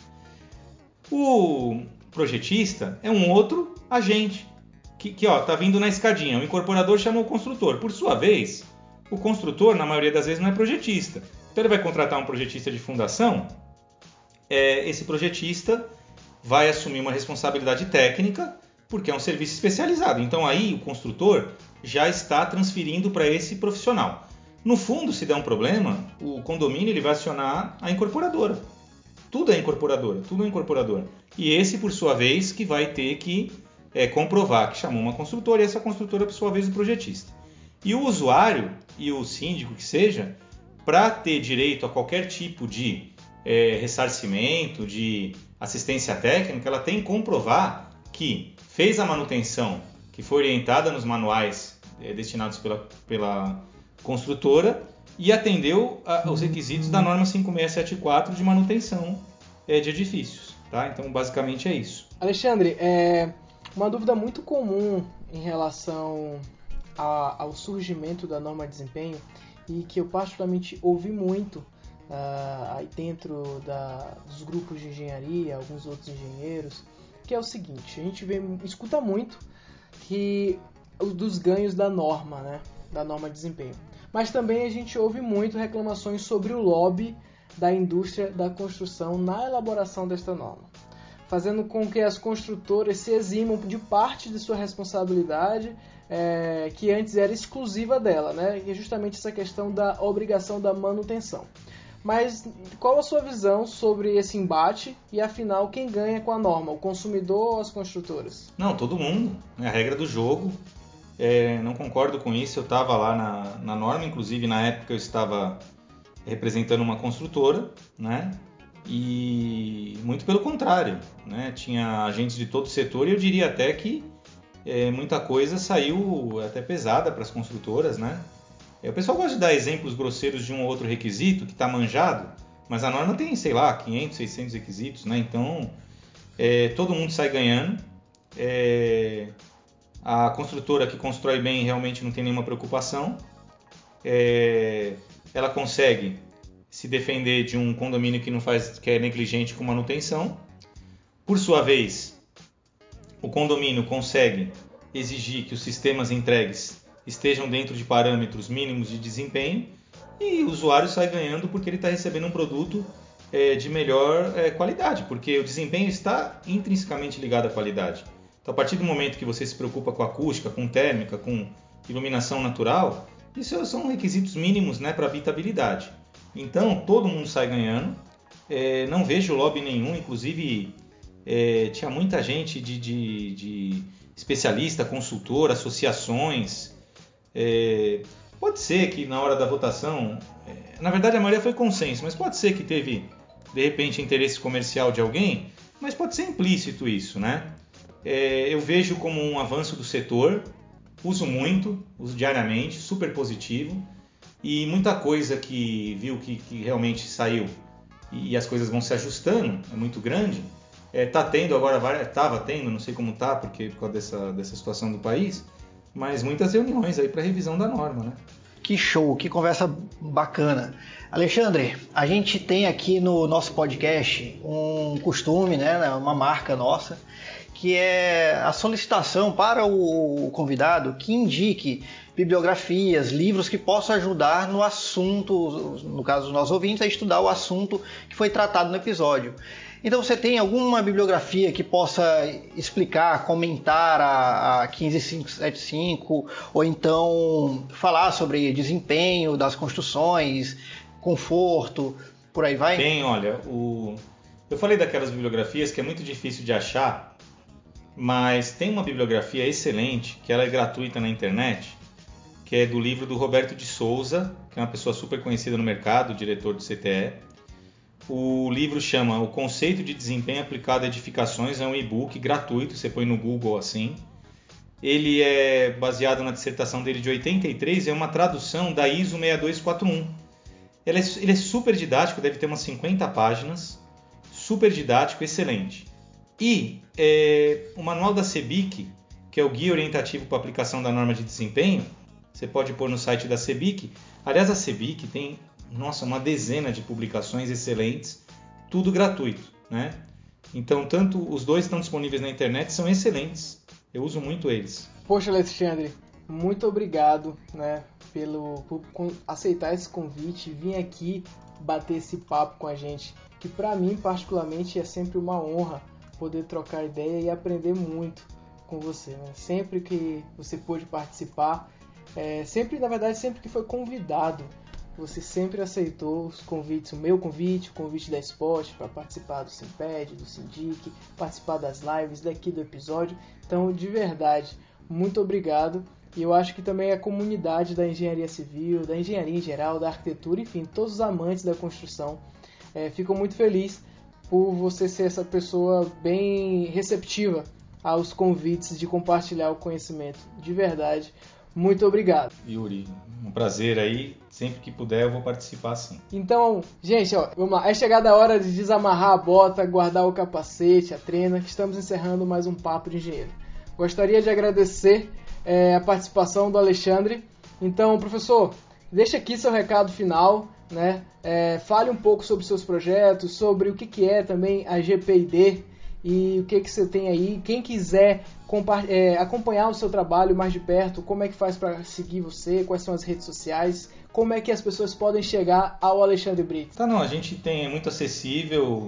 O projetista é um outro agente que está vindo na escadinha. O incorporador chamou o construtor. Por sua vez, o construtor, na maioria das vezes, não é projetista. Então ele vai contratar um projetista de fundação. Esse projetista vai assumir uma responsabilidade técnica, porque é um serviço especializado. Então aí o construtor já está transferindo para esse profissional. No fundo, se der um problema, o condomínio ele vai acionar a incorporadora. Tudo é incorporadora. E esse, por sua vez, que vai ter que comprovar que chamou uma construtora, e essa construtora, por sua vez, o projetista. E o usuário e o síndico que seja, para ter direito a qualquer tipo de ressarcimento, de assistência técnica, ela tem que comprovar que fez a manutenção que foi orientada nos manuais destinados pela construtora e atendeu os requisitos da norma 5674 de manutenção de edifícios. Tá? Então, basicamente é isso. Alexandre, uma dúvida muito comum em relação ao surgimento da norma de desempenho e que eu particularmente ouvi muito aí dentro dos grupos de engenharia, alguns outros engenheiros, que é o seguinte: a gente escuta muito dos ganhos da norma, né, da norma de desempenho, mas também a gente ouve muito reclamações sobre o lobby da indústria da construção na elaboração desta norma, fazendo com que as construtoras se eximam de parte de sua responsabilidade que antes era exclusiva dela, né, e é justamente essa questão da obrigação da manutenção. Mas qual a sua visão sobre esse embate e, afinal, quem ganha com a norma? O consumidor ou as construtoras? Não, todo mundo. É a regra do jogo. Não concordo com isso. Eu estava lá na norma, inclusive na época eu estava representando uma construtora, né? E muito pelo contrário, né? Tinha agentes de todo o setor e eu diria até que muita coisa saiu até pesada para as construtoras, né? O pessoal gosta de dar exemplos grosseiros de um ou outro requisito que está manjado, mas a norma tem, sei lá, 500, 600 requisitos, né? Então, todo mundo sai ganhando. A construtora que constrói bem realmente não tem nenhuma preocupação. Ela consegue se defender de um condomínio que é negligente com manutenção. Por sua vez, o condomínio consegue exigir que os sistemas entregues estejam dentro de parâmetros mínimos de desempenho e o usuário sai ganhando porque ele está recebendo um produto de melhor qualidade, porque o desempenho está intrinsecamente ligado à qualidade. Então, a partir do momento que você se preocupa com acústica, com térmica, com iluminação natural, isso são requisitos mínimos, né, para habitabilidade. Então, todo mundo sai ganhando. Não vejo lobby nenhum, inclusive tinha muita gente de especialista, consultor, associações. Pode ser que na hora da votação, na verdade a maioria foi consenso, mas pode ser que teve, de repente, interesse comercial de alguém, mas pode ser implícito isso, né? Eu vejo como um avanço do setor, uso diariamente, super positivo, e muita coisa que viu que realmente saiu e as coisas vão se ajustando, é muito grande. Tá tendo agora, estava tendo, não sei como tá, porque por causa dessa situação do país, mas muitas reuniões aí para revisão da norma, né? Que show, que conversa bacana. Alexandre, a gente tem aqui no nosso podcast um costume, né, uma marca nossa, que é a solicitação para o convidado que indique bibliografias, livros que possam ajudar no assunto, no caso dos nossos ouvintes, a estudar o assunto que foi tratado no episódio. Então você tem alguma bibliografia que possa explicar, comentar a 15575, ou então falar sobre desempenho das construções, conforto, por aí vai? Tem, olha, eu falei daquelas bibliografias que é muito difícil de achar, mas tem uma bibliografia excelente, que ela é gratuita na internet, que é do livro do Roberto de Souza, que é uma pessoa super conhecida no mercado, diretor do CTE. O livro chama O Conceito de Desempenho Aplicado a Edificações, é um e-book gratuito, você põe no Google assim. Ele é baseado na dissertação dele de 83, é uma tradução da ISO 6241. Ele é super didático, deve ter umas 50 páginas, super didático, excelente. E o manual da CEBIC, que é o Guia Orientativo para a Aplicação da Norma de Desempenho, você pode pôr no site da CEBIC. Aliás, a CEBIC tem uma dezena de publicações excelentes, tudo gratuito, né? Então, tanto os dois estão disponíveis na internet, são excelentes. Eu uso muito eles. Poxa, Alexandre, muito obrigado, né, por aceitar esse convite, vir aqui bater esse papo com a gente, que para mim, particularmente, é sempre uma honra poder trocar ideia e aprender muito com você, né? Sempre que você pôde participar, sempre que foi convidado, você sempre aceitou os convites, o meu convite, o convite da Spot para participar do Simped, do Sindic, participar das lives daqui do episódio. Então, de verdade, muito obrigado. E eu acho que também a comunidade da engenharia civil, da engenharia em geral, da arquitetura, enfim, todos os amantes da construção, ficam muito felizes por você ser essa pessoa bem receptiva aos convites de compartilhar o conhecimento. De verdade, muito obrigado. Yuri, um prazer aí. Sempre que puder eu vou participar sim. Então, gente, vamos lá. É chegada a hora de desamarrar a bota, guardar o capacete, a trena, que estamos encerrando mais um Papo de Engenheiro. Gostaria de agradecer a participação do Alexandre. Então, professor, deixa aqui seu recado final, né? Fale um pouco sobre seus projetos, sobre o que é também a GPID e o que você tem aí. Quem quiser acompanhar o seu trabalho mais de perto, como é que faz para seguir você, quais são as redes sociais, como é que as pessoas podem chegar ao Alexandre Brito? A gente tem, é muito acessível,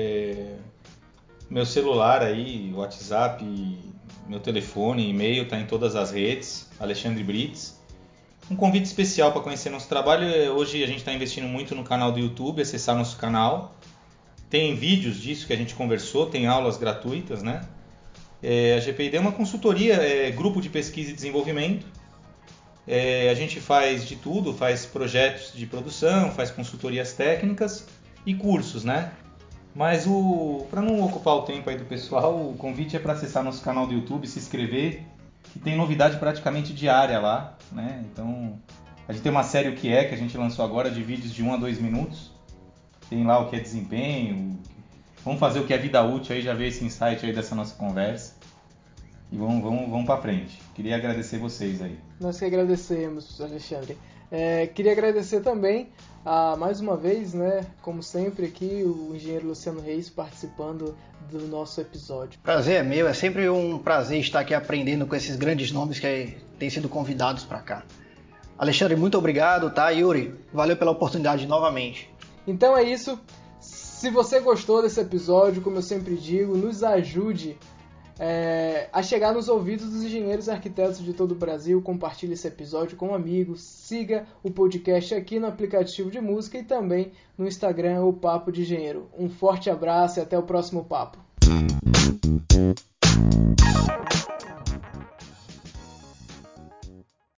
meu celular aí, WhatsApp, meu telefone, e-mail, tá em todas as redes, Alexandre Brits. Um convite especial para conhecer nosso trabalho, hoje a gente está investindo muito no canal do YouTube, acessar nosso canal. Tem vídeos disso que a gente conversou, tem aulas gratuitas, né? A GPID é uma consultoria, grupo de pesquisa e desenvolvimento. A gente faz de tudo, faz projetos de produção, faz consultorias técnicas e cursos, né? Mas para não ocupar o tempo aí do pessoal, o convite é para acessar nosso canal do YouTube, se inscrever, que tem novidade praticamente diária lá, né? Então, a gente tem uma série que a gente lançou agora de vídeos de 1 a 2 minutos. Tem lá o que é desempenho, vamos fazer o que é vida útil aí, já veio esse insight aí dessa nossa conversa. E vamos para frente. Queria agradecer vocês aí. Nós que agradecemos, Alexandre. Queria agradecer também, mais uma vez, né, como sempre aqui, o engenheiro Luciano Reis participando do nosso episódio. Prazer é meu, é sempre um prazer estar aqui aprendendo com esses grandes nomes que têm sido convidados para cá. Alexandre, muito obrigado, tá? Yuri, valeu pela oportunidade novamente. Então é isso. Se você gostou desse episódio, como eu sempre digo, nos ajude a chegar nos ouvidos dos engenheiros e arquitetos de todo o Brasil. Compartilhe esse episódio com amigos, siga o podcast aqui no aplicativo de música e também no Instagram, o Papo de Engenheiro. Um forte abraço e até o próximo papo.